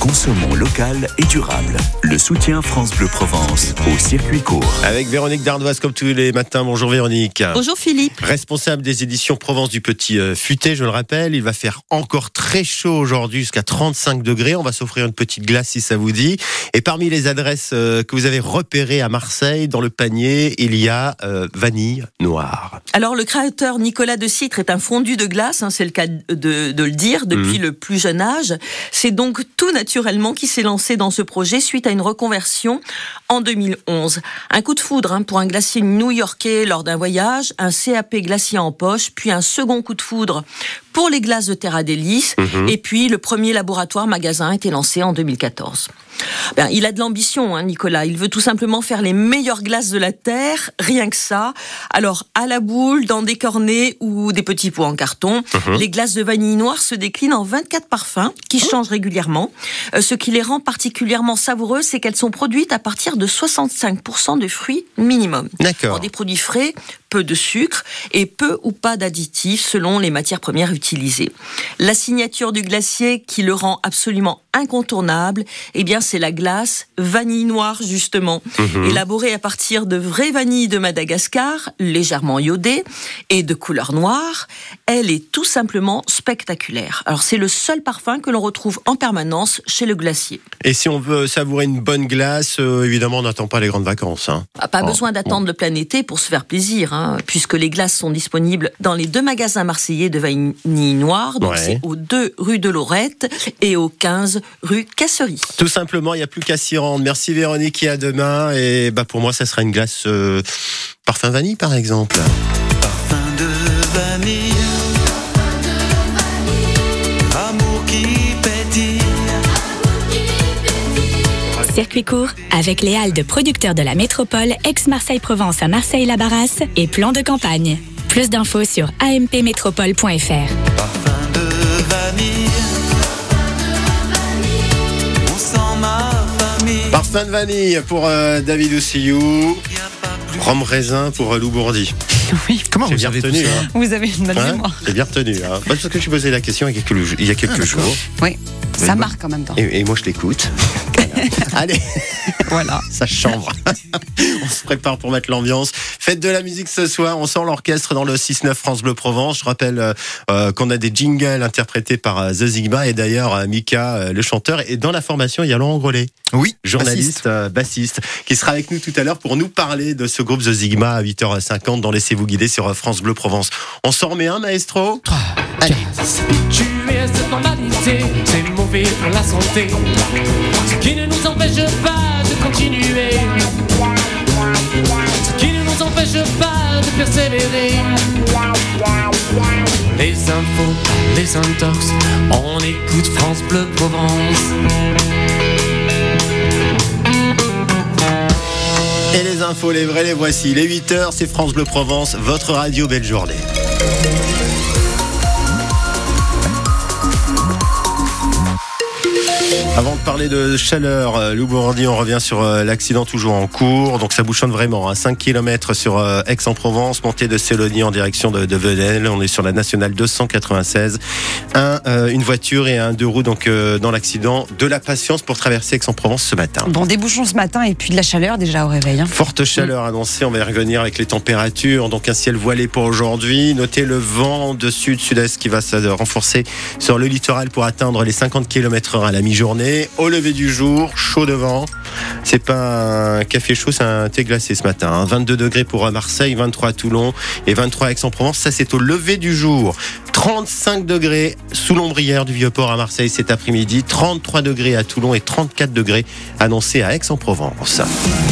Consommons local et durable. Le soutien France Bleu Provence au circuit court. Avec Véronique Dardoise comme tous les matins. Bonjour Véronique. Bonjour Philippe. Responsable des éditions Provence du Petit Futé, je le rappelle. Il va faire encore très chaud aujourd'hui, jusqu'à 35 degrés. On va s'offrir une petite glace si ça vous dit. Et parmi les adresses que vous avez repérées à Marseille, dans le panier, il y a Vanille Noire. Alors le créateur Nicolas de Citre est un fondu de glace, c'est le cas de le dire, depuis le plus jeune âge. C'est donc tout naturellement qui s'est lancé dans ce projet suite à une reconversion en 2011. Un coup de foudre pour un glacier new-yorkais lors d'un voyage, un CAP glacier en poche, puis un second coup de foudre pour les glaces de Terra Délice, et puis le premier laboratoire magasin a été lancé en 2014. Il a de l'ambition, Nicolas. Il veut tout simplement faire les meilleures glaces de la Terre, rien que ça. Alors, à la boule, dans des cornets ou des petits pots en carton, les glaces de vanille noire se déclinent en 24 parfums qui changent régulièrement. Ce qui les rend particulièrement savoureuses, c'est qu'elles sont produites à partir de 65% de fruits minimum. D'accord. Pour des produits frais, peu de sucre et peu ou pas d'additifs selon les matières premières utilisées. La signature du glacier qui le rend absolument incontournable, c'est la glace vanille noire justement, élaborée à partir de vraie vanille de Madagascar, légèrement iodée et de couleur noire. Elle est tout simplement spectaculaire. Alors c'est le seul parfum que l'on retrouve en permanence chez le glacier. Et si on veut savourer une bonne glace, évidemment on n'attend pas les grandes vacances. Pas besoin d'attendre le plein été pour se faire plaisir, puisque les glaces sont disponibles dans les 2 magasins marseillais de vanille noire, donc c'est aux 2 rue de Lorette et aux 15 rue Casserie. Tout simplement, il n'y a plus qu'à s'y rendre. Merci Véronique et à demain. Et pour moi, ça sera une glace parfum vanille par exemple. Parfum de vanille, amour qui pétille. Circuit court avec les halles de producteurs de la métropole ex-Marseille-Provence à Marseille-la-Barrasse et plan de campagne. Plus d'infos sur ampmétropole.fr. Parfum de vanille, on sent ma famille. Parfum de vanille pour David Oussillou. Rhum raisin pour Lou Bourdi. Oui, comment J'ai vous bien avez retenu. tout ça Vous avez une bonne mémoire. J'ai bien retenu. Parce que je posais la question il y a quelques jours. Oui, ça marque en même temps. Et moi je l'écoute. Allez, Voilà. ça chambre. On se prépare pour mettre l'ambiance. Faites de la musique ce soir. On sent l'orchestre dans le 6-9 France Bleu Provence. Je rappelle qu'on a des jingles interprétés par The Zigma et d'ailleurs Mika, le chanteur. Et dans la formation, il y a Laurent Grelet. Oui, Journaliste, bassiste, qui sera avec nous tout à l'heure pour nous parler de ce groupe The Zigma à 8h50 dans Laissez-vous guider sur France Bleu Provence. On s'en remet un, maestro ? Allez. Tu es cette normalité, c'est mauvais pour la santé. Ce qui ne nous empêche pas de continuer. Ce qui ne nous empêche pas de persévérer. Les infos, les intox, on écoute France Bleu Provence. Et les infos, les vrais, les voici. Les 8h, c'est France Bleu Provence, votre radio. Belle journée. Avant de parler de chaleur, Lou Bourdi, on revient sur l'accident toujours en cours. Donc ça bouchonne vraiment. 5 km sur Aix-en-Provence, montée de Célonie en direction de Venelle. On est sur la nationale 296. Une voiture et un 2 roues donc, dans l'accident. De la patience pour traverser Aix-en-Provence ce matin. Bon, des bouchons ce matin et puis de la chaleur déjà au réveil. Forte chaleur annoncée, on va y revenir avec les températures. Donc un ciel voilé pour aujourd'hui. Notez le vent de sud-sud-est qui va se renforcer sur le littoral pour atteindre les 50 km/h à la mi-journée. Au lever du jour, chaud devant. C'est pas un café chaud, c'est un thé glacé ce matin. 22 degrés pour Marseille, 23 à Toulon et 23 à Aix-en-Provence. Ça, c'est au lever du jour. 35 degrés sous l'ombrière du Vieux-Port à Marseille cet après-midi. 33 degrés à Toulon et 34 degrés annoncés à Aix-en-Provence.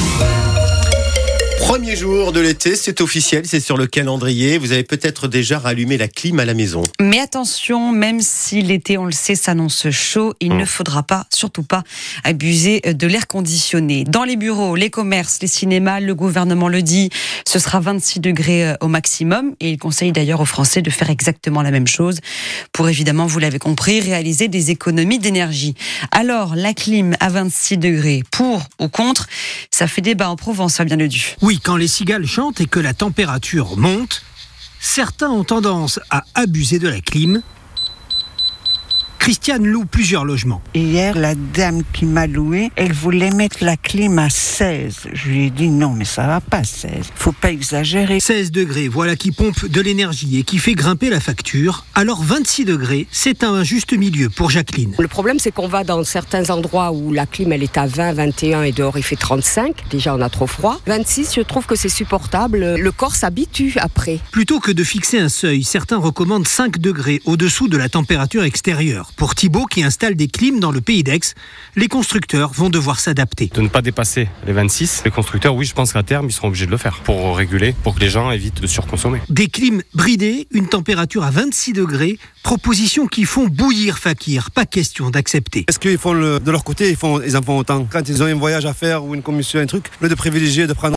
Premier jour de l'été, c'est officiel, c'est sur le calendrier. Vous avez peut-être déjà rallumé la clim à la maison. Mais attention, même si l'été, on le sait, s'annonce chaud, il ne faudra pas, surtout pas, abuser de l'air conditionné. Dans les bureaux, les commerces, les cinémas, le gouvernement le dit, ce sera 26 degrés au maximum. Et il conseille d'ailleurs aux Français de faire exactement la même chose pour évidemment, vous l'avez compris, réaliser des économies d'énergie. Alors, la clim à 26 degrés, pour ou contre, ça fait débat en Provence, Fabien Ledu. Oui, quand les cigales chantent et que la température monte, certains ont tendance à abuser de la clim, Christiane loue plusieurs logements. Hier, la dame qui m'a loué, elle voulait mettre la clim à 16. Je lui ai dit non, mais ça va pas 16. Faut pas exagérer. 16 degrés, voilà qui pompe de l'énergie et qui fait grimper la facture. Alors 26 degrés, c'est un juste milieu pour Jacqueline. Le problème, c'est qu'on va dans certains endroits où la clim, elle est à 20, 21 et dehors, il fait 35. Déjà, on a trop froid. 26, je trouve que c'est supportable. Le corps s'habitue après. Plutôt que de fixer un seuil, certains recommandent 5 degrés au-dessous de la température extérieure. Pour Thibaut, qui installe des clims dans le Pays d'Aix, les constructeurs vont devoir s'adapter. De ne pas dépasser les 26, les constructeurs, oui, je pense qu'à terme, ils seront obligés de le faire pour réguler, pour que les gens évitent de surconsommer. Des clims bridés, une température à 26 degrés, propositions qui font bouillir Fakir, pas question d'accepter. Est-ce qu'ils font de leur côté, ils en font autant? Quand ils ont un voyage à faire ou une commission, un truc, au lieu de privilégier de prendre